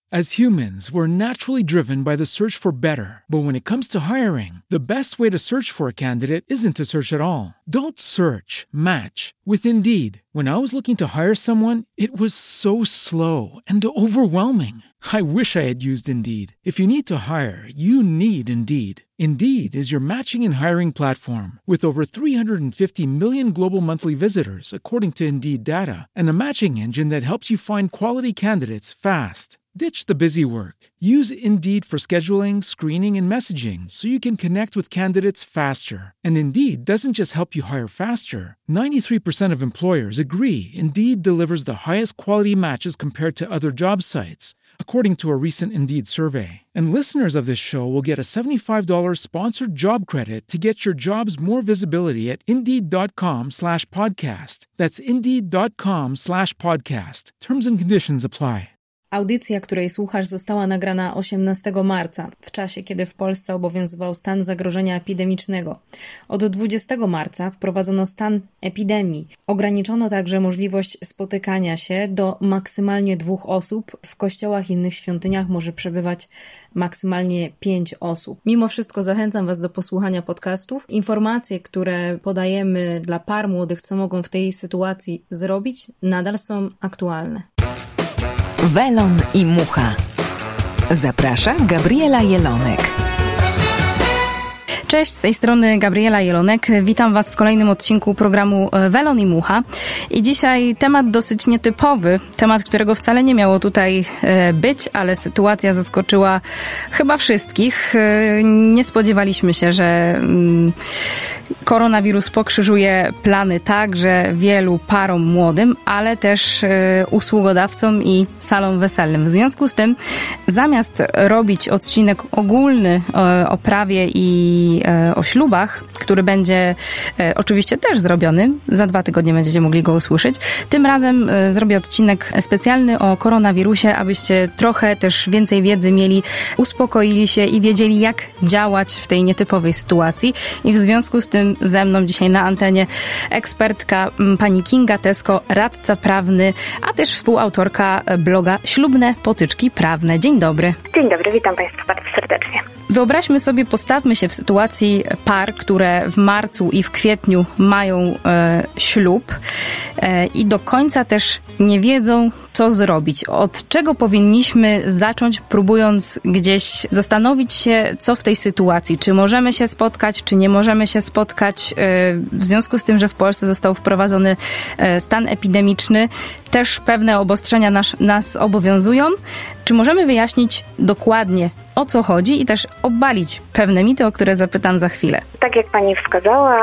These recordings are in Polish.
As humans, we're naturally driven by the search for better. But when it comes to hiring, the best way to search for a candidate isn't to search at all. Don't search, match with Indeed. When I was looking to hire someone, it was so slow and overwhelming. I wish I had used Indeed. If you need to hire, you need Indeed. Indeed is your matching and hiring platform with over 350 million global monthly visitors, according to Indeed data, and a matching engine that helps you find quality candidates fast. Ditch the busy work. Use Indeed for scheduling, screening, and messaging so you can connect with candidates faster. And Indeed doesn't just help you hire faster. 93% of employers agree Indeed delivers the highest quality matches compared to other job sites, according to a recent Indeed survey. And listeners of this show will get a $75 sponsored job credit to get your jobs more visibility at Indeed.com/podcast. That's Indeed.com/podcast. Terms and conditions apply. Audycja, której słuchasz, została nagrana 18 marca, w czasie, kiedy w Polsce obowiązywał stan zagrożenia epidemicznego. Od 20 marca wprowadzono stan epidemii. Ograniczono także możliwość spotykania się do maksymalnie 2 osób. W kościołach i innych świątyniach może przebywać maksymalnie 5 osób. Mimo wszystko zachęcam Was do posłuchania podcastów. Informacje, które podajemy dla par młodych, co mogą w tej sytuacji zrobić, nadal są aktualne. Welon i Mucha. Zaprasza Gabriela Jelonek. Cześć, z tej strony Gabriela Jelonek. Witam Was w kolejnym odcinku programu Welon i Mucha. I dzisiaj temat dosyć nietypowy, temat, którego wcale nie miało tutaj być, ale sytuacja zaskoczyła chyba wszystkich. Nie spodziewaliśmy się, że koronawirus pokrzyżuje plany także wielu parom młodym, ale też usługodawcom i salom weselnym. W związku z tym, zamiast robić odcinek ogólny o prawie i o ślubach, który będzie oczywiście też zrobiony, za 2 tygodnie będziecie mogli go usłyszeć, tym razem zrobię odcinek specjalny o koronawirusie, abyście trochę też więcej wiedzy mieli, uspokoili się i wiedzieli, jak działać w tej nietypowej sytuacji. I w związku z tym ze mną dzisiaj na antenie ekspertka pani Kinga Tesko, radca prawny, a też współautorka bloga Ślubne Potyczki Prawne. Dzień dobry. Dzień dobry, witam Państwa bardzo serdecznie. Wyobraźmy sobie, postawmy się w sytuacji par, które w marcu i w kwietniu mają ślub i do końca też nie wiedzą, co zrobić. Od czego powinniśmy zacząć, próbując gdzieś zastanowić się, co w tej sytuacji. Czy możemy się spotkać, czy nie możemy się spotkać. W związku z tym, że w Polsce został wprowadzony stan epidemiczny, też pewne obostrzenia nas obowiązują. Czy możemy wyjaśnić dokładnie, o co chodzi i też obalić pewne mity, o które zapytam za chwilę? Tak jak Pani wskazała,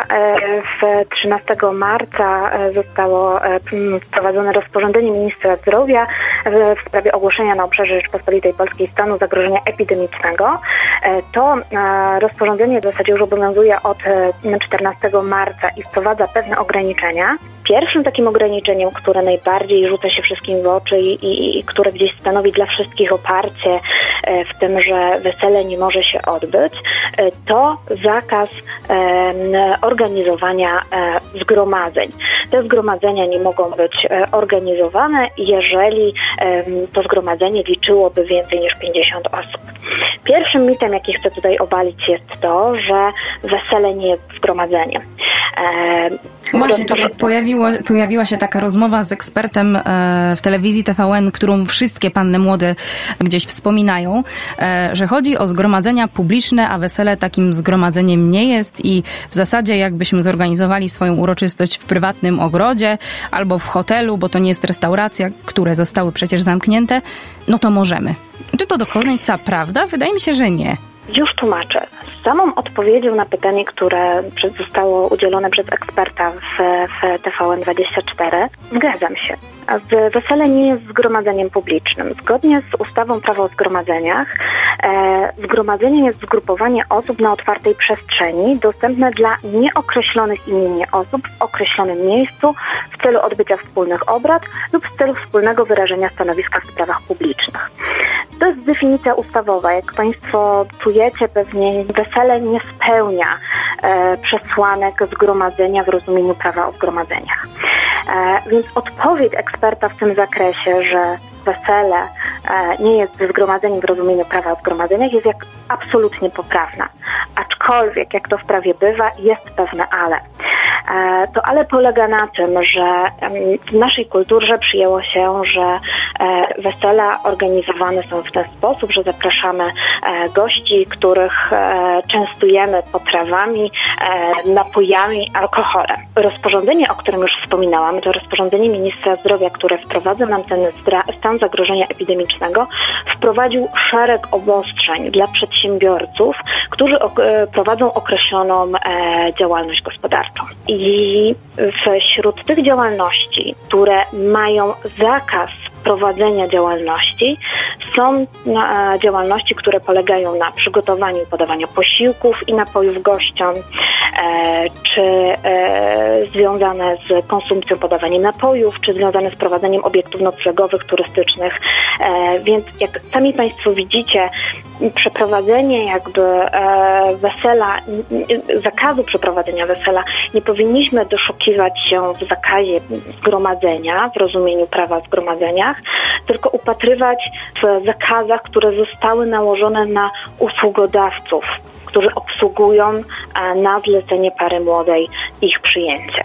13 marca zostało wprowadzone rozporządzenie ministra zdrowia w sprawie ogłoszenia na obszarze Rzeczypospolitej Polskiej stanu zagrożenia epidemicznego. To rozporządzenie w zasadzie już obowiązuje od 14 marca i wprowadza pewne ograniczenia. Pierwszym takim ograniczeniem, które najbardziej rzuca się wszystkim w oczy i które gdzieś stanowi dla wszystkich oparcie w tym, że wesele nie może się odbyć, to zakaz organizowania zgromadzeń. Te zgromadzenia nie mogą być organizowane, jeżeli to zgromadzenie liczyłoby więcej niż 50 osób. Pierwszym mitem, jaki chcę tutaj obalić, jest to, że wesele nie jest zgromadzeniem. Właśnie tutaj pojawiła się taka rozmowa z ekspertem w telewizji TVN, którą wszystkie panny młode gdzieś wspominają, że chodzi o zgromadzenia publiczne, a wesele takim zgromadzeniem nie jest i w zasadzie jakbyśmy zorganizowali swoją uroczystość w prywatnym ogrodzie albo w hotelu, bo to nie jest restauracja, które zostały przecież zamknięte, no to możemy. Czy to do końca prawda? Wydaje mi się, że nie. Już tłumaczę. Z samą odpowiedzią na pytanie, które zostało udzielone przez eksperta w TVN24, zgadzam się. Wesele nie jest zgromadzeniem publicznym. Zgodnie z ustawą Prawo o zgromadzeniach, zgromadzenie jest zgrupowanie osób na otwartej przestrzeni, dostępne dla nieokreślonych imiennie osób w określonym miejscu w celu odbycia wspólnych obrad lub w celu wspólnego wyrażenia stanowiska w sprawach publicznych. To jest definicja ustawowa. Jak Państwo czujecie, pewnie wesele nie spełnia przesłanek zgromadzenia w rozumieniu Prawa o zgromadzeniach. Więc odpowiedź eksperta w tym zakresie, że wesele nie jest zgromadzeniem w rozumieniu prawa o zgromadzeniach, jest jak absolutnie poprawna. Aczkolwiek, jak to w prawie bywa, jest pewne ale. To ale polega na tym, że w naszej kulturze przyjęło się, że wesela organizowane są w ten sposób, że zapraszamy gości, których częstujemy potrawami, napojami, alkoholem. Rozporządzenie, o którym już wspominałam, to rozporządzenie ministra zdrowia, które wprowadza nam ten stan zagrożenia epidemicznego, wprowadził szereg obostrzeń dla przedsiębiorców, którzy prowadzą określoną działalność gospodarczą. I wśród tych działalności, które mają zakaz prowadzenia działalności, są działalności, które polegają na przygotowaniu i podawaniu posiłków i napojów gościom, czy związane z konsumpcją, podawaniem napojów, czy związane z prowadzeniem obiektów noclegowych, turystycznych. Więc jak sami Państwo widzicie, przeprowadzenie jakby wesela, zakazu przeprowadzenia wesela, nie powinniśmy doszukiwać się w zakazie zgromadzenia, w rozumieniu prawa o zgromadzeniach, tylko upatrywać w zakazach, które zostały nałożone na usługodawców, którzy obsługują na zlecenie pary młodej ich przyjęcie.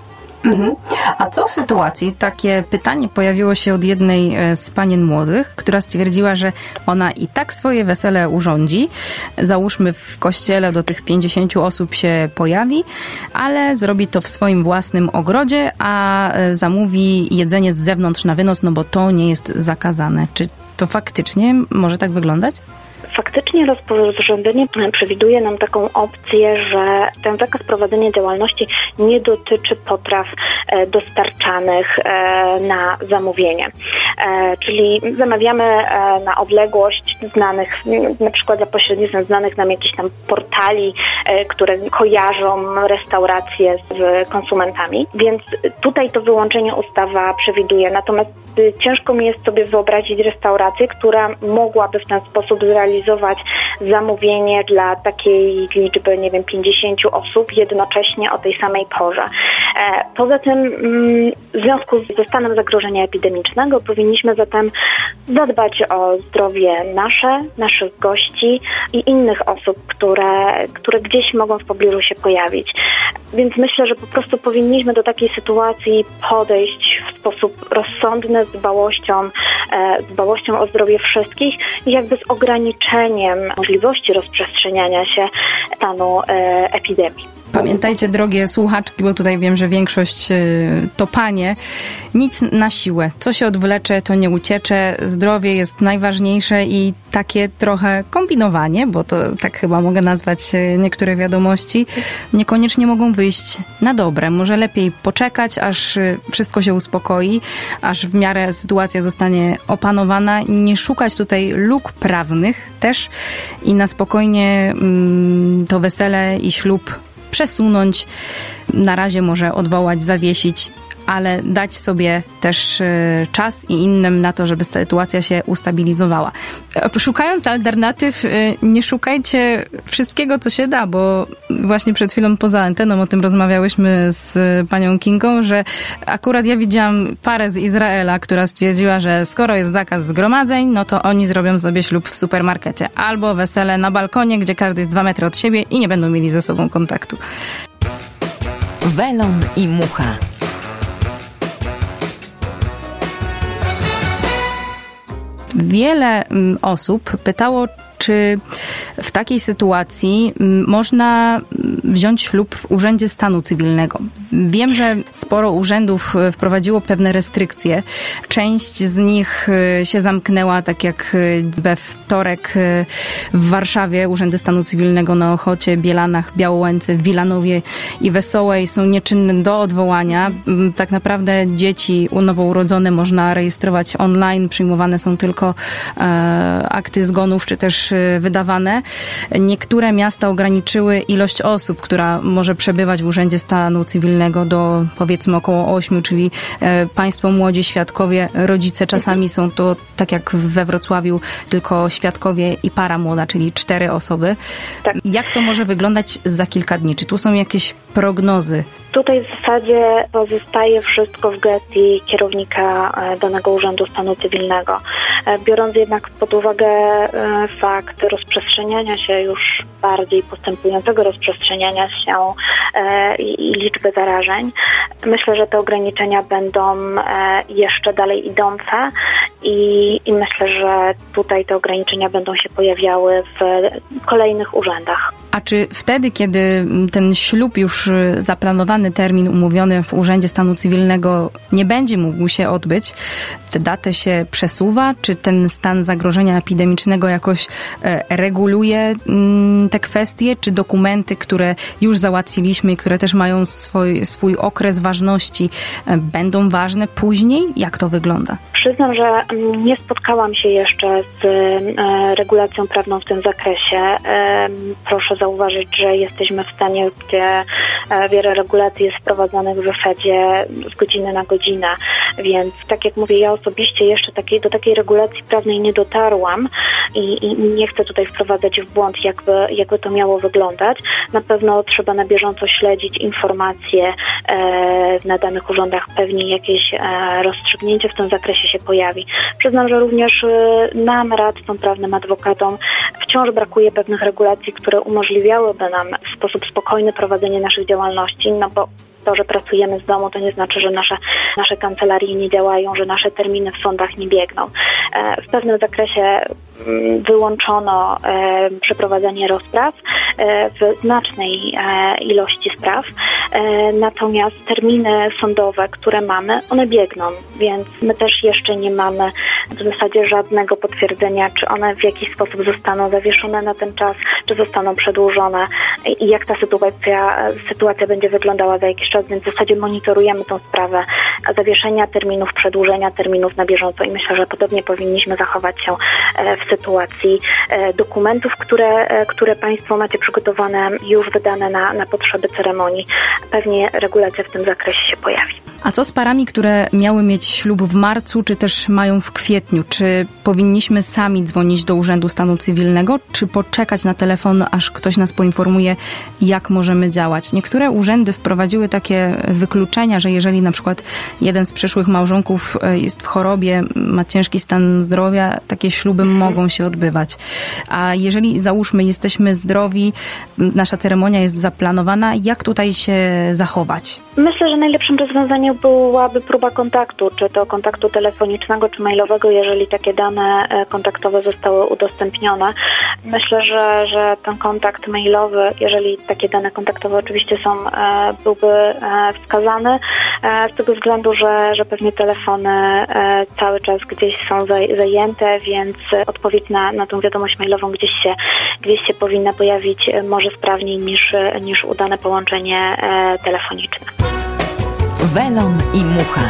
Mhm. A co w sytuacji, takie pytanie pojawiło się od jednej z panien młodych, która stwierdziła, że ona i tak swoje wesele urządzi, załóżmy w kościele do tych 50 osób się pojawi, ale zrobi to w swoim własnym ogrodzie, a zamówi jedzenie z zewnątrz na wynos, no bo to nie jest zakazane. Czy to faktycznie może tak wyglądać? Faktycznie rozporządzenie przewiduje nam taką opcję, że ten zakaz prowadzenia działalności nie dotyczy potraw dostarczanych na zamówienie. Czyli zamawiamy na odległość znanych, na przykład za pośrednictwem znanych nam jakichś tam portali, które kojarzą restauracje z konsumentami. Więc tutaj to wyłączenie ustawa przewiduje. Natomiast ciężko mi jest sobie wyobrazić restaurację, która mogłaby w ten sposób zrealizować zamówienie dla takiej liczby, 50 osób jednocześnie o tej samej porze. Poza tym w związku ze stanem zagrożenia epidemicznego powinniśmy zatem zadbać o zdrowie naszych gości i innych osób, które gdzieś mogą w pobliżu się pojawić. Więc myślę, że po prostu powinniśmy do takiej sytuacji podejść w sposób rozsądny, z dbałością o zdrowie wszystkich i jakby z ograniczeniem możliwości rozprzestrzeniania się stanu epidemii. Pamiętajcie, drogie słuchaczki, bo tutaj wiem, że większość to panie, nic na siłę. Co się odwlecze, to nie uciecze. Zdrowie jest najważniejsze i takie trochę kombinowanie, bo to tak chyba mogę nazwać niektóre wiadomości, niekoniecznie mogą wyjść na dobre. Może lepiej poczekać, aż wszystko się uspokoi, aż w miarę sytuacja zostanie opanowana. Nie szukać tutaj luk prawnych też i na spokojnie to wesele i ślub przesunąć, na razie może odwołać, zawiesić, ale dać sobie też czas i innym na to, żeby sytuacja się ustabilizowała. Szukając alternatyw, nie szukajcie wszystkiego, co się da, bo właśnie przed chwilą poza anteną o tym rozmawiałyśmy z panią Kingą, że akurat ja widziałam parę z Izraela, która stwierdziła, że skoro jest zakaz zgromadzeń, no to oni zrobią sobie ślub w supermarkecie albo wesele na balkonie, gdzie każdy jest 2 metry od siebie i nie będą mieli ze sobą kontaktu. Welon i Mucha. Wiele osób pytało, czy w takiej sytuacji można wziąć ślub w Urzędzie Stanu Cywilnego. Wiem, że sporo urzędów wprowadziło pewne restrykcje. Część z nich się zamknęła, tak jak we wtorek w Warszawie Urzędy Stanu Cywilnego na Ochocie, Bielanach, Białołęce, Wilanowie i Wesołej są nieczynne do odwołania. Tak naprawdę dzieci nowourodzone można rejestrować online. Przyjmowane są tylko akty zgonów, czy też też wydawane. Niektóre miasta ograniczyły ilość osób, która może przebywać w Urzędzie Stanu Cywilnego do powiedzmy około 8, czyli państwo młodzi, świadkowie, rodzice. Czasami są to, tak jak we Wrocławiu, tylko świadkowie i para młoda, czyli 4 osoby. Tak. Jak to może wyglądać za kilka dni? Czy tu są jakieś prognozy? Tutaj w zasadzie pozostaje wszystko w gestii kierownika danego Urzędu Stanu Cywilnego. Biorąc jednak pod uwagę fakt rozprzestrzeniania się, już bardziej postępującego rozprzestrzeniania się i liczby zarażeń, myślę, że te ograniczenia będą jeszcze dalej idące i myślę, że tutaj te ograniczenia będą się pojawiały w kolejnych urzędach. A czy wtedy, kiedy ten ślub już zaplanowany termin umówiony w Urzędzie Stanu Cywilnego nie będzie mógł się odbyć, tę datę się przesuwa? Czy ten stan zagrożenia epidemicznego jakoś reguluje te kwestie? Czy dokumenty, które już załatwiliśmy i które też mają swój okres ważności, będą ważne później? Jak to wygląda? Przyznam, że nie spotkałam się jeszcze z regulacją prawną w tym zakresie. Proszę zauważyć, że jesteśmy w stanie, gdzie wiele regulacji jest wprowadzanych w zasadzie z godziny na godzinę, więc tak jak mówię, ja osobiście jeszcze do takiej regulacji prawnej nie dotarłam i nie chcę tutaj wprowadzać w błąd, jakby to miało wyglądać. Na pewno trzeba na bieżąco śledzić informacje na danych urzędach, pewnie jakieś rozstrzygnięcie w tym zakresie się pojawi. Przyznam, że również nam, radcom prawnym, adwokatom wciąż brakuje pewnych regulacji, które umożliwiałyby nam w sposób spokojny prowadzenie naszych działalności, no bo to, że pracujemy z domu, to nie znaczy, że nasze kancelarie nie działają, że nasze terminy w sądach nie biegną. W pewnym zakresie wyłączono przeprowadzenie rozpraw w znacznej ilości spraw, natomiast terminy sądowe, które mamy, one biegną, więc my też jeszcze nie mamy w zasadzie żadnego potwierdzenia, czy one w jakiś sposób zostaną zawieszone na ten czas, czy zostaną przedłużone i jak ta sytuacja będzie wyglądała za jakiś czas, więc w zasadzie monitorujemy tą sprawę zawieszenia terminów, przedłużenia terminów na bieżąco i myślę, że podobnie powinniśmy zachować się w sytuacji dokumentów, które Państwo macie przygotowane, już wydane na potrzeby ceremonii. Pewnie regulacja w tym zakresie się pojawi. A co z parami, które miały mieć ślub w marcu, czy też mają w kwietniu? Czy powinniśmy sami dzwonić do Urzędu Stanu Cywilnego, czy poczekać na telefon, aż ktoś nas poinformuje, jak możemy działać? Niektóre urzędy wprowadziły takie wykluczenia, że jeżeli na przykład jeden z przyszłych małżonków jest w chorobie, ma ciężki stan zdrowia, takie śluby mogą się odbywać. A jeżeli, załóżmy, jesteśmy zdrowi, nasza ceremonia jest zaplanowana, jak tutaj się zachować? Myślę, że najlepszym rozwiązaniem byłaby próba kontaktu, czy to kontaktu telefonicznego, czy mailowego, jeżeli takie dane kontaktowe zostały udostępnione. Myślę, że ten kontakt mailowy, jeżeli takie dane kontaktowe oczywiście są, byłby wskazany, z tego względu, że pewnie telefony cały czas gdzieś są zajęte, więc odpowiedź na tą wiadomość mailową gdzieś się powinna pojawić może sprawniej niż udane połączenie telefoniczne. Welon i Mucha.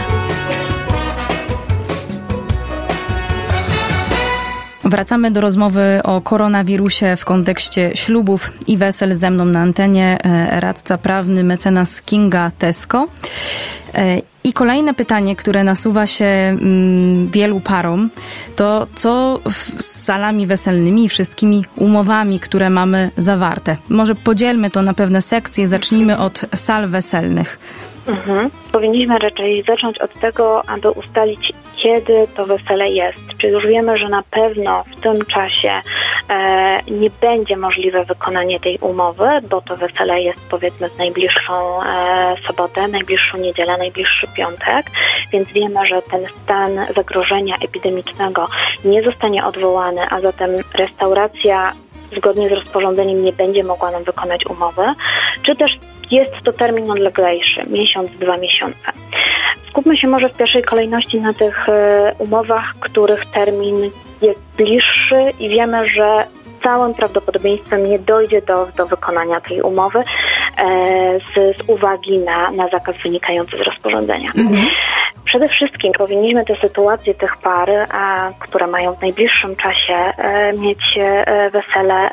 Wracamy do rozmowy o koronawirusie w kontekście ślubów i wesel. Ze mną na antenie radca prawny mecenas Kinga Tesko. I kolejne pytanie, które nasuwa się wielu parom, to co z salami weselnymi i wszystkimi umowami, które mamy zawarte? Może podzielmy to na pewne sekcje, zacznijmy od sal weselnych. Powinniśmy raczej zacząć od tego, aby ustalić, kiedy to wesele jest. Czy już wiemy, że na pewno w tym czasie nie będzie możliwe wykonanie tej umowy, bo to wesele jest powiedzmy w najbliższą sobotę, najbliższą niedzielę, najbliższy piątek, więc wiemy, że ten stan zagrożenia epidemicznego nie zostanie odwołany, a zatem restauracja zgodnie z rozporządzeniem nie będzie mogła nam wykonać umowy, czy też jest to termin odleglejszy, miesiąc, 2 miesiące. Skupmy się może w pierwszej kolejności na tych umowach, których termin jest bliższy i wiemy, że całym prawdopodobieństwem nie dojdzie do wykonania tej umowy z uwagi na zakaz wynikający z rozporządzenia. Przede wszystkim powinniśmy te sytuacje tych par, które mają w najbliższym czasie mieć wesele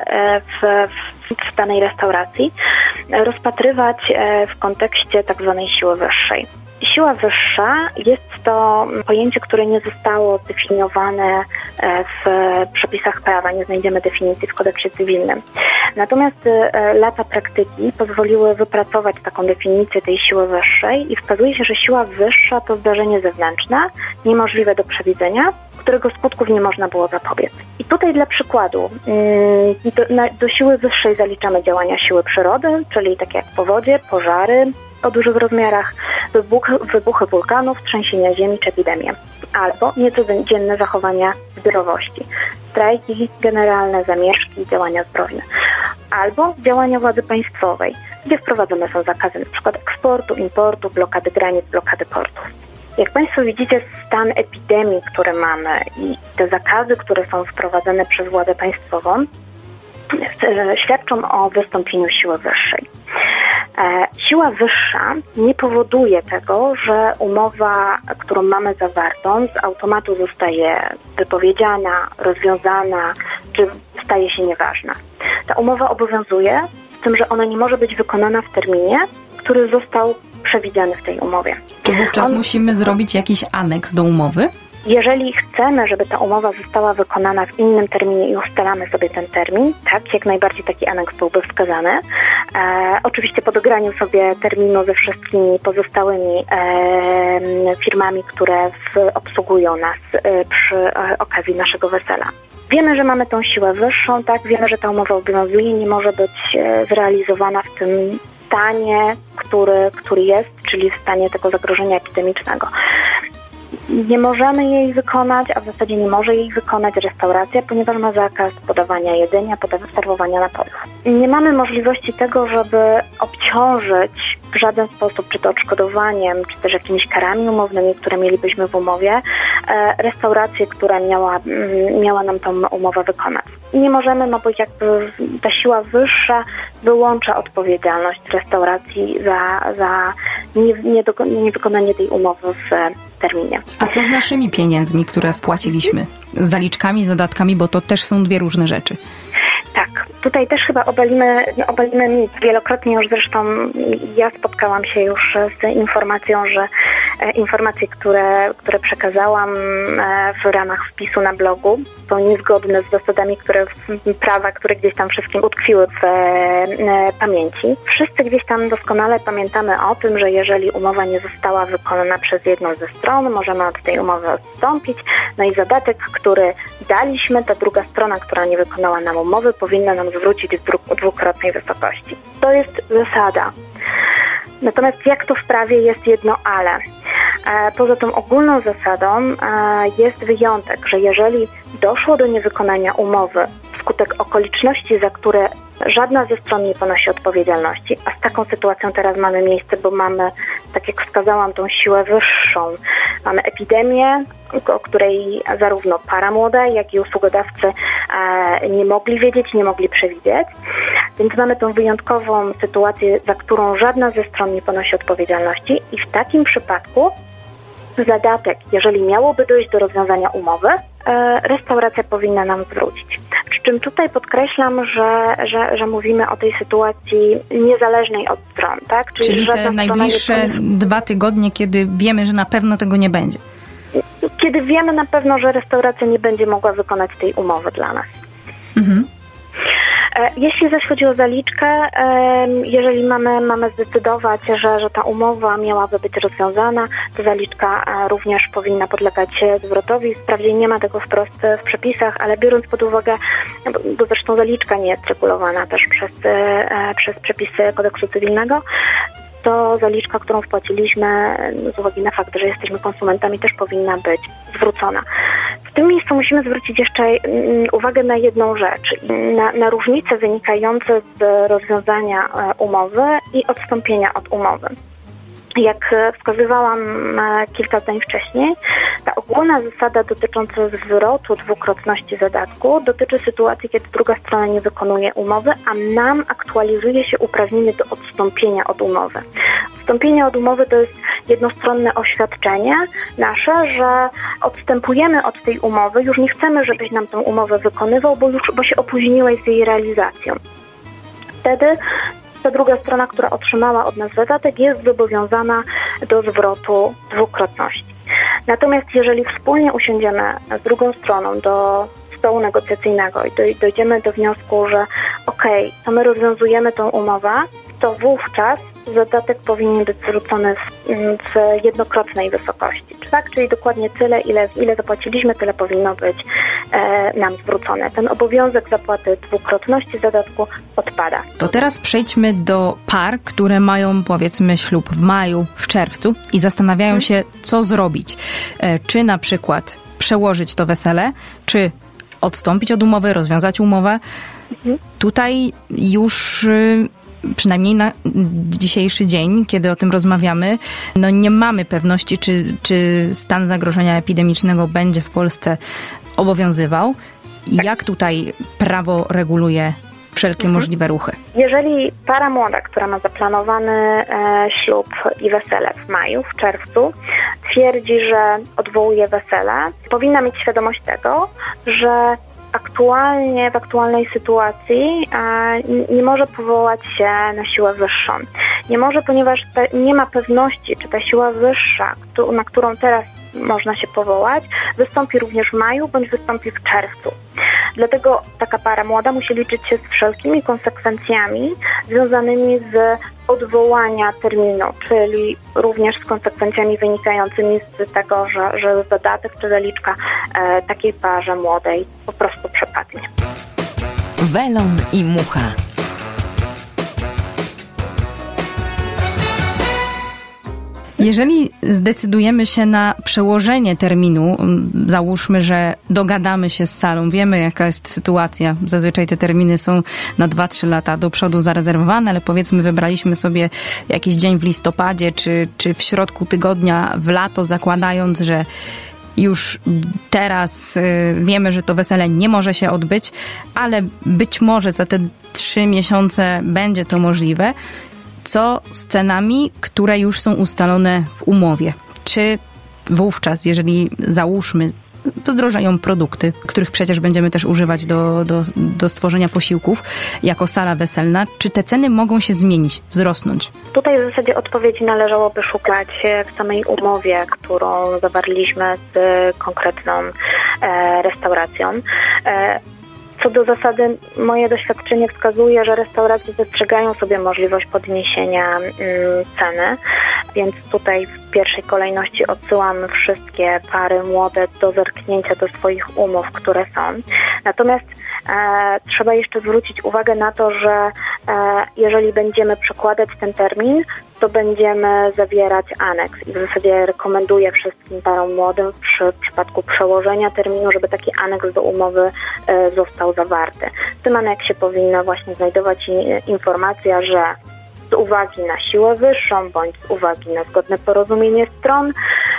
w danej restauracji, rozpatrywać w kontekście tak zwanej siły wyższej. Siła wyższa jest to pojęcie, które nie zostało zdefiniowane w przepisach prawa, nie znajdziemy definicji w kodeksie cywilnym. Natomiast lata praktyki pozwoliły wypracować taką definicję tej siły wyższej i wskazuje się, że siła wyższa to zdarzenie zewnętrzne, niemożliwe do przewidzenia, którego skutków nie można było zapobiec. I tutaj dla przykładu do siły wyższej zaliczamy działania siły przyrody, czyli takie jak powodzie, pożary o dużych rozmiarach, wybuchy wulkanów, trzęsienia ziemi czy epidemie, albo niecodzienne zachowania zbiorowości, strajki generalne, zamieszki, działania zbrojne, albo działania władzy państwowej, gdzie wprowadzone są zakazy np. eksportu, importu, blokady granic, blokady portów. Jak Państwo widzicie, stan epidemii, który mamy i te zakazy, które są wprowadzane przez władzę państwową, świadczą o wystąpieniu siły wyższej. Siła wyższa nie powoduje tego, że umowa, którą mamy zawartą, z automatu zostaje wypowiedziana, rozwiązana, czy staje się nieważna. Ta umowa obowiązuje, z tym, że ona nie może być wykonana w terminie, który został przewidziany w tej umowie. Czy wówczas musimy zrobić jakiś aneks do umowy? Jeżeli chcemy, żeby ta umowa została wykonana w innym terminie i ustalamy sobie ten termin, tak, jak najbardziej taki aneks byłby wskazany. Oczywiście po dograniu sobie terminu ze wszystkimi pozostałymi firmami, które obsługują nas przy okazji naszego wesela. Wiemy, że mamy tą siłę wyższą, tak, wiemy, że ta umowa obowiązuje, nie może być zrealizowana w tym stanie, który jest, czyli w stanie tego zagrożenia epidemicznego. Nie możemy jej wykonać, a w zasadzie nie może jej wykonać restauracja, ponieważ ma zakaz podawania jedzenia, serwowania napojów. Nie mamy możliwości tego, żeby obciążyć w żaden sposób, czy to odszkodowaniem, czy też jakimiś karami umownymi, które mielibyśmy w umowie, restaurację, która miała nam tą umowę wykonać. Nie możemy, no bo jakby ta siła wyższa wyłącza odpowiedzialność restauracji za niewykonanie tej umowy w terminie. A co z naszymi pieniędzmi, które wpłaciliśmy? Z zaliczkami, zadatkami, bo to też są dwie różne rzeczy. Tak, tutaj też chyba obalimy mit. Wielokrotnie już zresztą ja spotkałam się już z informacją, że informacje, które przekazałam w ramach wpisu na blogu, są niezgodne z zasadami prawa, które gdzieś tam wszystkim utkwiły w pamięci. Wszyscy gdzieś tam doskonale pamiętamy o tym, że jeżeli umowa nie została wykonana przez jedną ze stron, możemy od tej umowy odstąpić. No i zadatek, który daliśmy, ta druga strona, która nie wykonała nam umowy, powinna nam zwrócić w dwukrotnej wysokości. To jest zasada. Natomiast jak to w prawie, jest jedno ale. Poza tą ogólną zasadą jest wyjątek, że jeżeli doszło do niewykonania umowy wskutek okoliczności, za które żadna ze stron nie ponosi odpowiedzialności, a z taką sytuacją teraz mamy miejsce, bo mamy, tak jak wskazałam, tą siłę wyższą. Mamy epidemię, o której zarówno para młoda, jak i usługodawcy nie mogli wiedzieć, nie mogli przewidzieć. Więc mamy tą wyjątkową sytuację, za którą żadna ze stron nie ponosi odpowiedzialności i w takim przypadku zadatek, jeżeli miałoby dojść do rozwiązania umowy, restauracja powinna nam zwrócić. Przy czym tutaj podkreślam, że mówimy o tej sytuacji niezależnej od stron, tak? Czyli te najbliższe 2 tygodnie, kiedy wiemy, że na pewno tego nie będzie. Kiedy wiemy na pewno, że restauracja nie będzie mogła wykonać tej umowy dla nas. Mhm. Jeśli zaś chodzi o zaliczkę, jeżeli mamy zdecydować, że ta umowa miałaby być rozwiązana, to zaliczka również powinna podlegać zwrotowi. Wprawdzie nie ma tego wprost w przepisach, ale biorąc pod uwagę, bo zresztą zaliczka nie jest regulowana też przez przepisy kodeksu cywilnego, to zaliczka, którą wpłaciliśmy z uwagi na fakt, że jesteśmy konsumentami, też powinna być zwrócona. W tym miejscu musimy zwrócić jeszcze uwagę na jedną rzecz, na różnice wynikające z rozwiązania umowy i odstąpienia od umowy. Jak wskazywałam kilka zdań wcześniej, ta ogólna zasada dotycząca zwrotu dwukrotności zadatku dotyczy sytuacji, kiedy druga strona nie wykonuje umowy, a nam aktualizuje się uprawnienie do odstąpienia od umowy. Odstąpienie od umowy to jest jednostronne oświadczenie nasze, że odstępujemy od tej umowy, już nie chcemy, żebyś nam tę umowę wykonywał, bo się opóźniłeś z jej realizacją. Wtedy ta druga strona, która otrzymała od nas wydatek, jest zobowiązana do zwrotu dwukrotności. Natomiast jeżeli wspólnie usiądziemy z drugą stroną do stołu negocjacyjnego i dojdziemy do wniosku, że to my rozwiązujemy tą umowę, to wówczas zadatek powinien być zwrócony w jednokrotnej wysokości. Tak? Czyli dokładnie tyle, ile zapłaciliśmy, tyle powinno być nam zwrócone. Ten obowiązek zapłaty dwukrotności zadatku odpada. To teraz przejdźmy do par, które mają, powiedzmy, ślub w maju, w czerwcu i zastanawiają się, co zrobić. Czy na przykład przełożyć to wesele, czy odstąpić od umowy, rozwiązać umowę. Tutaj już przynajmniej na dzisiejszy dzień, kiedy o tym rozmawiamy, nie mamy pewności, czy stan zagrożenia epidemicznego będzie w Polsce obowiązywał. Jak tutaj prawo reguluje wszelkie możliwe ruchy? Jeżeli para młoda, która ma zaplanowany ślub i wesele w maju, w czerwcu, twierdzi, że odwołuje wesele, powinna mieć świadomość tego, że w aktualnej sytuacji nie może powołać się na siłę wyższą. Nie może, ponieważ nie ma pewności, czy ta siła wyższa, na którą teraz można się powołać, wystąpi również w maju bądź wystąpi w czerwcu. Dlatego taka para młoda musi liczyć się z wszelkimi konsekwencjami związanymi z odwołania terminu, czyli również z konsekwencjami wynikającymi z tego, że zadatek czy zaliczka takiej parze młodej po prostu przepadnie. Welon i Mucha. Jeżeli zdecydujemy się na przełożenie terminu, załóżmy, że dogadamy się z salą, wiemy jaka jest sytuacja, zazwyczaj te terminy są na 2-3 lata do przodu zarezerwowane, ale powiedzmy wybraliśmy sobie jakiś dzień w listopadzie, czy w środku tygodnia w lato, zakładając, że już teraz wiemy, że to wesele nie może się odbyć, ale być może za te 3 miesiące będzie to możliwe. Co z cenami, które już są ustalone w umowie? Czy wówczas, jeżeli załóżmy, zdrożeją produkty, których przecież będziemy też używać do stworzenia posiłków jako sala weselna, czy te ceny mogą się zmienić, wzrosnąć? Tutaj w zasadzie odpowiedzi należałoby szukać w samej umowie, którą zawarliśmy z konkretną restauracją. Co do zasady, moje doświadczenie wskazuje, że restauracje zastrzegają sobie możliwość podniesienia ceny, więc tutaj w pierwszej kolejności odsyłam wszystkie pary młode do zerknięcia do swoich umów, które są. Natomiast trzeba jeszcze zwrócić uwagę na to, że jeżeli będziemy przekładać ten termin, to będziemy zawierać aneks i w zasadzie rekomenduję wszystkim parom młodym w przypadku przełożenia terminu, żeby taki aneks do umowy został zawarty. W tym aneksie powinna właśnie znajdować informacja, że z uwagi na siłę wyższą bądź z uwagi na zgodne porozumienie stron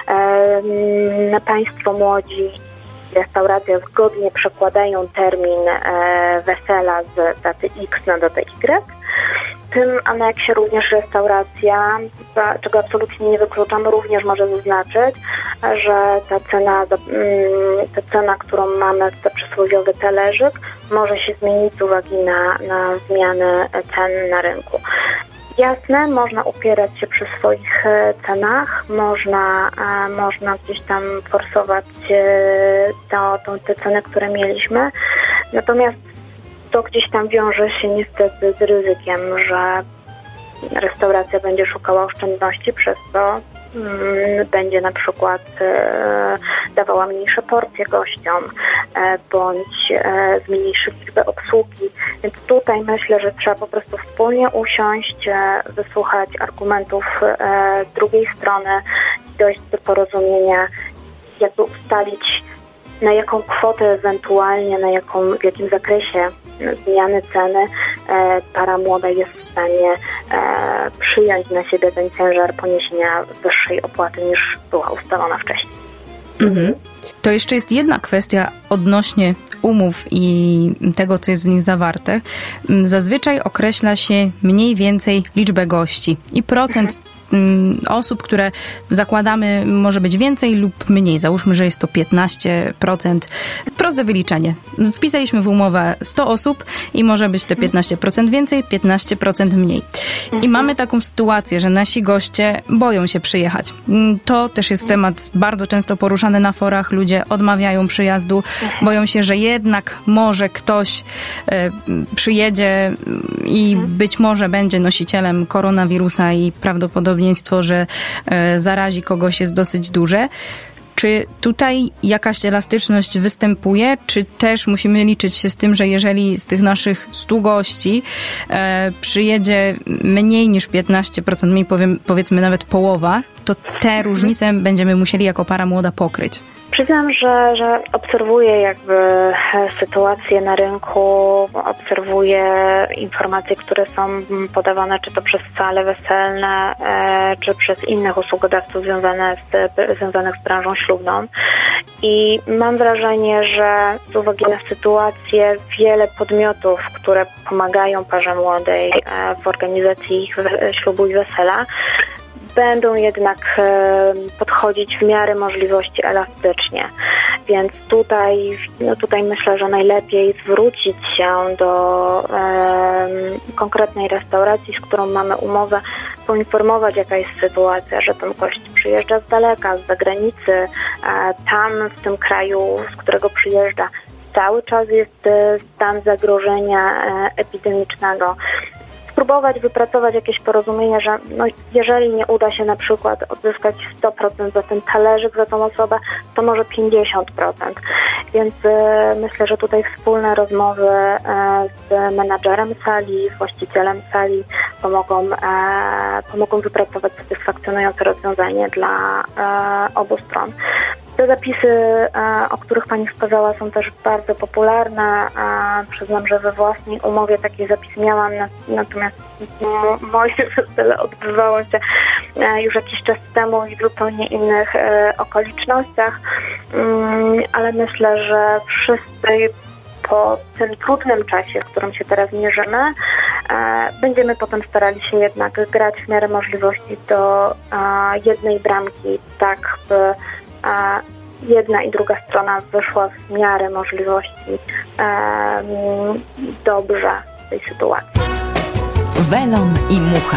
państwo młodzi restauracja zgodnie przekładają termin wesela z daty X na datę Y. W tym aneksie również restauracja, czego absolutnie nie wykluczam, również może zaznaczyć, że ta cena, którą mamy za przysłowiowy talerzyk, może się zmienić z uwagi na zmiany cen na rynku. Jasne, można upierać się przy swoich cenach, można gdzieś tam forsować te ceny, które mieliśmy, natomiast to gdzieś tam wiąże się niestety z ryzykiem, że restauracja będzie szukała oszczędności, przez to będzie na przykład dawała mniejsze porcje gościom bądź zmniejszy liczbę obsługi. Więc tutaj myślę, że trzeba po prostu wspólnie usiąść, wysłuchać argumentów drugiej strony i dojść do porozumienia, jakby ustalić, na jaką kwotę ewentualnie, w jakim zakresie zmiany ceny para młoda jest w stanie przyjąć na siebie ten ciężar poniesienia wyższej opłaty niż była ustalona wcześniej. Mhm. To jeszcze jest jedna kwestia odnośnie umów i tego, co jest w nich zawarte. Zazwyczaj określa się mniej więcej liczbę gości i procent osób, które zakładamy może być więcej lub mniej. Załóżmy, że jest to 15%. Proste wyliczenie. Wpisaliśmy w umowę 100 osób i może być te 15% więcej, 15% mniej. I mamy taką sytuację, że nasi goście boją się przyjechać. To też jest temat bardzo często poruszany na forach. Ludzie odmawiają przyjazdu, boją się, że jednak może ktoś przyjedzie i być może będzie nosicielem koronawirusa i prawdopodobieństwo, że zarazi kogoś jest dosyć duże. Czy tutaj jakaś elastyczność występuje, czy też musimy liczyć się z tym, że jeżeli z tych naszych 100 gości przyjedzie mniej niż 15%, mniej powiedzmy nawet połowa, to te różnice będziemy musieli jako para młoda pokryć? Przyznam, że obserwuję jakby sytuację na rynku, obserwuję informacje, które są podawane czy to przez sale weselne, czy przez innych usługodawców związanych z branżą ślubną. I mam wrażenie, że z uwagi na sytuację wiele podmiotów, które pomagają parze młodej w organizacji ich ślubu i wesela, będą jednak podchodzić w miarę możliwości elastycznie. Więc tutaj myślę, że najlepiej zwrócić się do konkretnej restauracji, z którą mamy umowę, poinformować, jaka jest sytuacja, że ten gość przyjeżdża z daleka, z zagranicy, tam w tym kraju, z którego przyjeżdża, cały czas jest stan zagrożenia epidemicznego. Spróbować wypracować jakieś porozumienie, że jeżeli nie uda się na przykład odzyskać 100% za ten talerzyk, za tą osobę, to może 50%. Więc myślę, że tutaj wspólne rozmowy z menadżerem sali, z właścicielem sali pomogą wypracować satysfakcjonujące rozwiązanie dla obu stron. Te zapisy, o których Pani wskazała, są też bardzo popularne. Przyznam, że we własnej umowie taki zapis miałam, natomiast moje wesele odbywało się już jakiś czas temu i w zupełnie innych okolicznościach, ale myślę, że wszyscy po tym trudnym czasie, w którym się teraz mierzymy, będziemy potem starali się jednak grać w miarę możliwości do jednej bramki, tak by jedna i druga strona wyszła w miarę możliwości dobrze z tej sytuacji. Welon i Mucha.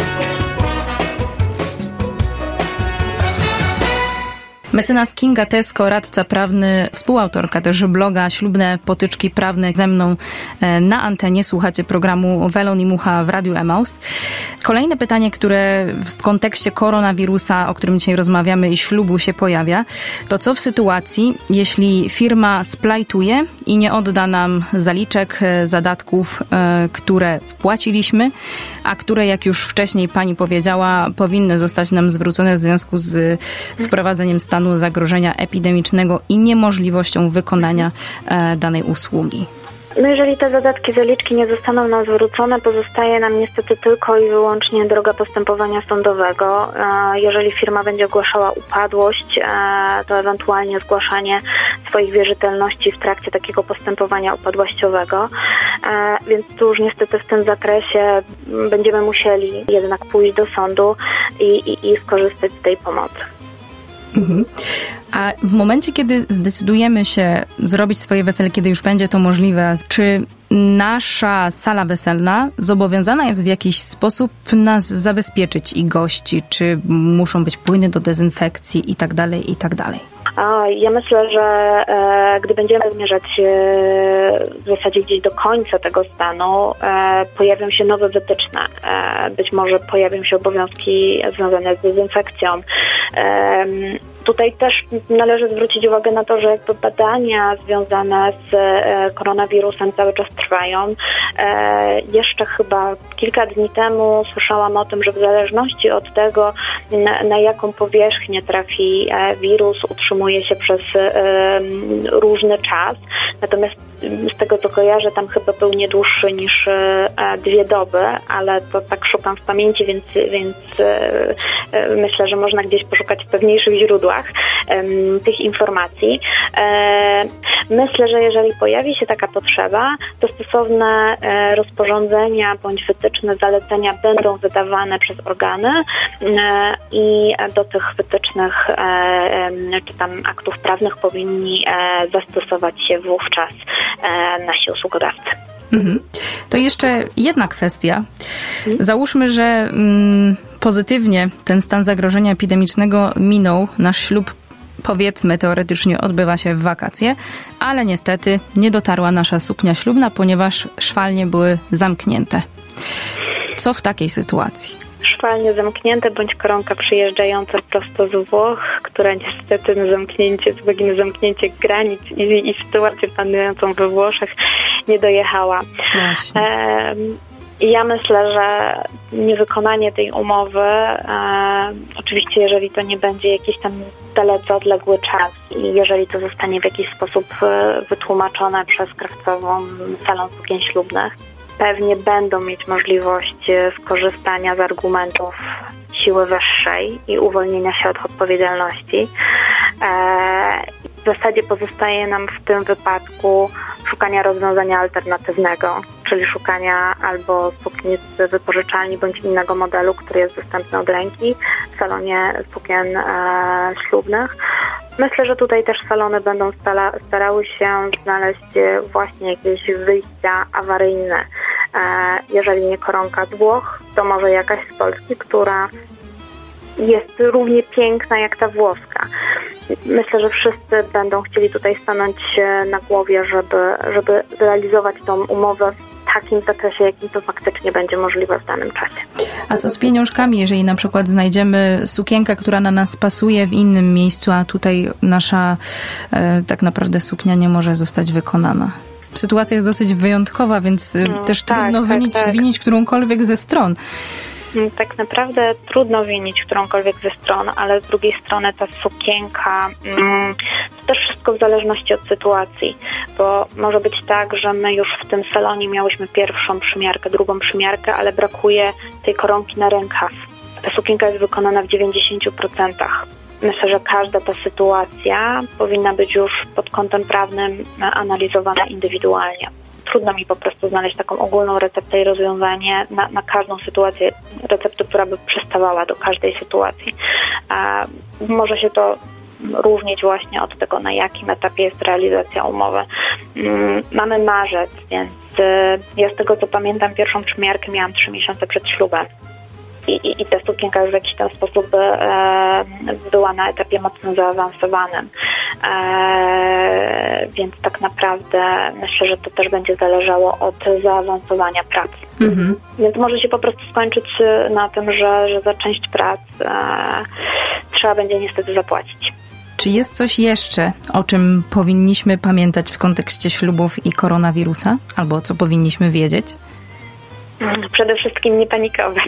Mecenas Kinga Tesko, radca prawny, współautorka też bloga Ślubne Potyczki Prawne ze mną na antenie. Słuchacie programu Welon i Mucha w Radiu Emaus. Kolejne pytanie, które w kontekście koronawirusa, o którym dzisiaj rozmawiamy, i ślubu się pojawia, to co w sytuacji, jeśli firma splajtuje i nie odda nam zaliczek, zadatków, które wpłaciliśmy, a które, jak już wcześniej Pani powiedziała, powinny zostać nam zwrócone w związku z wprowadzeniem stanu zagrożenia epidemicznego i niemożliwością wykonania danej usługi. Jeżeli te zadatki, zaliczki nie zostaną nam zwrócone, pozostaje nam niestety tylko i wyłącznie droga postępowania sądowego. Jeżeli firma będzie ogłaszała upadłość, to ewentualnie zgłaszanie swoich wierzytelności w trakcie takiego postępowania upadłościowego. Więc tu już niestety w tym zakresie będziemy musieli jednak pójść do sądu i skorzystać z tej pomocy. Mhm. A w momencie, kiedy zdecydujemy się zrobić swoje wesele, kiedy już będzie to możliwe, czy nasza sala weselna zobowiązana jest w jakiś sposób nas zabezpieczyć i gości? Czy muszą być płyny do dezynfekcji i tak dalej, i tak dalej? Ja myślę, że gdy będziemy zmierzać w zasadzie gdzieś do końca tego stanu, pojawią się nowe wytyczne. Być może pojawią się obowiązki związane z dezynfekcją. Tutaj też należy zwrócić uwagę na to, że jakby badania związane z koronawirusem cały czas trwają. Jeszcze chyba kilka dni temu słyszałam o tym, że w zależności od tego, na jaką powierzchnię trafi wirus, utrzymuje się przez różny czas. Natomiast z tego, co kojarzę, tam chyba był nie dłuższy niż 2 doby, ale to tak szukam w pamięci, więc myślę, że można gdzieś poszukać w pewniejszych źródłach. tych informacji. Myślę, że jeżeli pojawi się taka potrzeba, to stosowne rozporządzenia bądź wytyczne, zalecenia będą wydawane przez organy i do tych wytycznych czy tam aktów prawnych powinni zastosować się wówczas nasi usługodawcy. To jeszcze jedna kwestia. Załóżmy, że pozytywnie ten stan zagrożenia epidemicznego minął. Nasz ślub, powiedzmy, teoretycznie odbywa się w wakacje, ale niestety nie dotarła nasza suknia ślubna, ponieważ szwalnie były zamknięte. Co w takiej sytuacji? Szwalnie zamknięte bądź koronka przyjeżdżająca prosto z Włoch, która niestety na zamknięcie granic i sytuację panującą we Włoszech nie dojechała. Ja myślę, że niewykonanie tej umowy, oczywiście jeżeli to nie będzie jakiś tam dalece odległy czas i jeżeli to zostanie w jakiś sposób wytłumaczone przez krawcową salon sukien ślubnych, pewnie będą mieć możliwość skorzystania z argumentów siły wyższej i uwolnienia się od odpowiedzialności. W zasadzie pozostaje nam w tym wypadku szukania rozwiązania alternatywnego, czyli szukania albo sukni z wypożyczalni bądź innego modelu, który jest dostępny od ręki w salonie sukien ślubnych. Myślę, że tutaj też salony będą starały się znaleźć właśnie jakieś wyjścia awaryjne. Jeżeli nie koronka z Włoch, to może jakaś z Polski, która jest równie piękna jak ta włoska. Myślę, że wszyscy będą chcieli tutaj stanąć na głowie, żeby realizować tą umowę w takim zakresie, jakim to faktycznie będzie możliwe w danym czasie. A co z pieniążkami, jeżeli na przykład znajdziemy sukienkę, która na nas pasuje w innym miejscu, a tutaj nasza tak naprawdę suknia nie może zostać wykonana? Sytuacja jest dosyć wyjątkowa, więc też trudno winić którąkolwiek ze stron. Tak naprawdę trudno winić którąkolwiek ze stron, ale z drugiej strony ta sukienka, to też wszystko w zależności od sytuacji, bo może być tak, że my już w tym salonie miałyśmy pierwszą przymiarkę, drugą przymiarkę, ale brakuje tej koronki na rękaw. Ta sukienka jest wykonana w 90%. Myślę, że każda ta sytuacja powinna być już pod kątem prawnym analizowana indywidualnie. Trudno mi po prostu znaleźć taką ogólną receptę i rozwiązanie na każdą sytuację, receptę, która by przystawała do każdej sytuacji. Może się to różnić właśnie od tego, na jakim etapie jest realizacja umowy. Mamy marzec, więc ja z tego co pamiętam, pierwszą przymiarkę miałam 3 miesiące przed ślubem. I ta sukienka już w jakiś tam sposób była na etapie mocno zaawansowanym. Więc tak naprawdę myślę, że to też będzie zależało od zaawansowania prac. Więc może się po prostu skończyć na tym, że za część prac trzeba będzie niestety zapłacić. Czy jest coś jeszcze, o czym powinniśmy pamiętać w kontekście ślubów i koronawirusa? Albo co powinniśmy wiedzieć? Przede wszystkim nie panikować.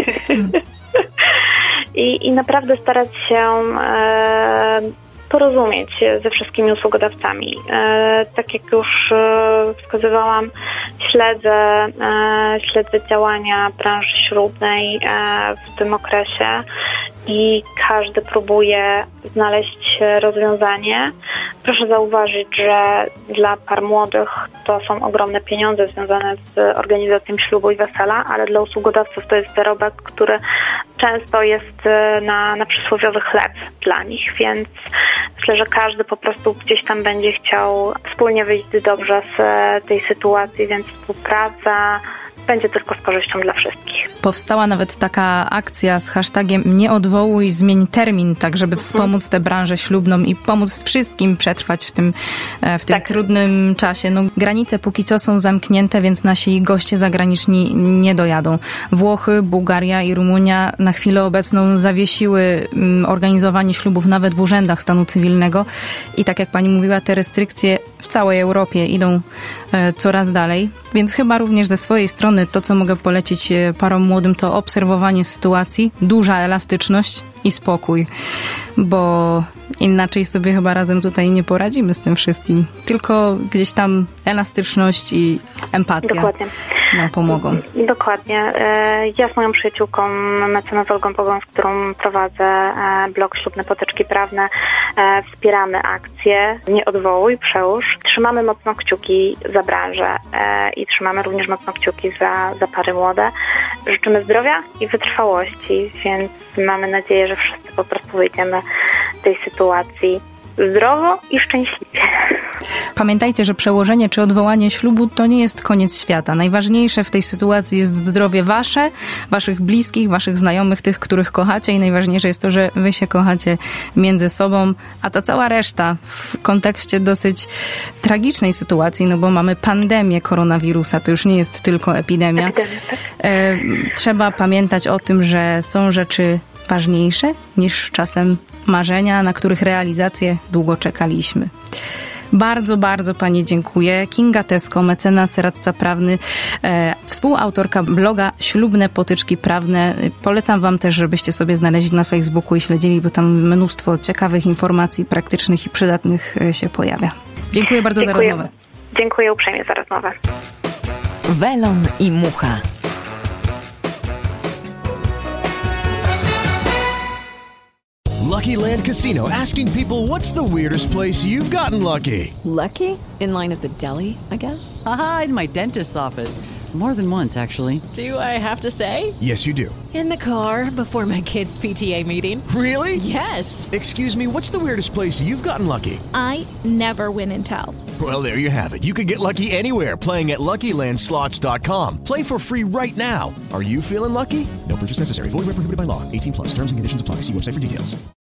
I naprawdę starać się porozumieć ze wszystkimi usługodawcami. Tak jak już wskazywałam, śledzę działania branży ślubnej w tym okresie i każdy próbuje znaleźć rozwiązanie. Proszę zauważyć, że dla par młodych to są ogromne pieniądze związane z organizacją ślubu i wesela, ale dla usługodawców to jest zarobek, który często jest na przysłowiowy chleb dla nich, więc myślę, że każdy po prostu gdzieś tam będzie chciał wspólnie wyjść dobrze z tej sytuacji, więc współpraca będzie tylko z korzyścią dla wszystkich. Powstała nawet taka akcja z hashtagiem nie odwołuj, zmień termin, tak żeby wspomóc tę branżę ślubną i pomóc wszystkim przetrwać w tym trudnym czasie. No, granice póki co są zamknięte, więc nasi goście zagraniczni nie dojadą. Włochy, Bułgaria i Rumunia na chwilę obecną zawiesiły organizowanie ślubów nawet w urzędach stanu cywilnego i tak jak pani mówiła, te restrykcje w całej Europie idą coraz dalej, więc chyba również ze swojej strony to, co mogę polecić parom młodym, to obserwowanie sytuacji, duża elastyczność i spokój, bo inaczej sobie chyba razem tutaj nie poradzimy z tym wszystkim. Tylko gdzieś tam elastyczność i empatia. Dokładnie. nam pomogą. Dokładnie. Ja z moją przyjaciółką, mecenas Olgą Pogą, z którą prowadzę blog Ślubne Potyczki Prawne, wspieramy akcję Nie odwołuj, przełóż. Trzymamy mocno kciuki za branżę i trzymamy również mocno kciuki za pary młode. Życzymy zdrowia i wytrwałości, więc mamy nadzieję, że wszyscy po prostu wyjdziemy z tej sytuacji zdrowo i szczęśliwie. Pamiętajcie, że przełożenie czy odwołanie ślubu to nie jest koniec świata. Najważniejsze w tej sytuacji jest zdrowie wasze, waszych bliskich, waszych znajomych, tych, których kochacie i najważniejsze jest to, że wy się kochacie między sobą, a ta cała reszta w kontekście dosyć tragicznej sytuacji, no bo mamy pandemię koronawirusa, to już nie jest tylko epidemia. Trzeba pamiętać o tym, że są rzeczy ważniejsze niż czasem marzenia, na których realizację długo czekaliśmy. Bardzo, bardzo Pani dziękuję. Kinga Tesko, mecenas, radca prawny, współautorka bloga Ślubne Potyczki Prawne. Polecam Wam też, żebyście sobie znaleźli na Facebooku i śledzili, bo tam mnóstwo ciekawych informacji praktycznych i przydatnych się pojawia. Dziękuję bardzo za rozmowę. Dziękuję uprzejmie za rozmowę. Welon i Mucha. Lucky Land Casino, asking people, what's the weirdest place you've gotten lucky? Lucky? In line at the deli, I guess? Aha, in my dentist's office. More than once, actually. Do I have to say? Yes, you do. In the car before my kids' PTA meeting. Really? Yes. Excuse me, what's the weirdest place you've gotten lucky? I never win and tell. Well, there you have it. You can get lucky anywhere, playing at LuckyLandSlots.com. Play for free right now. Are you feeling lucky? No purchase necessary. Void where prohibited by law. 18+. Terms and conditions apply. See website for details.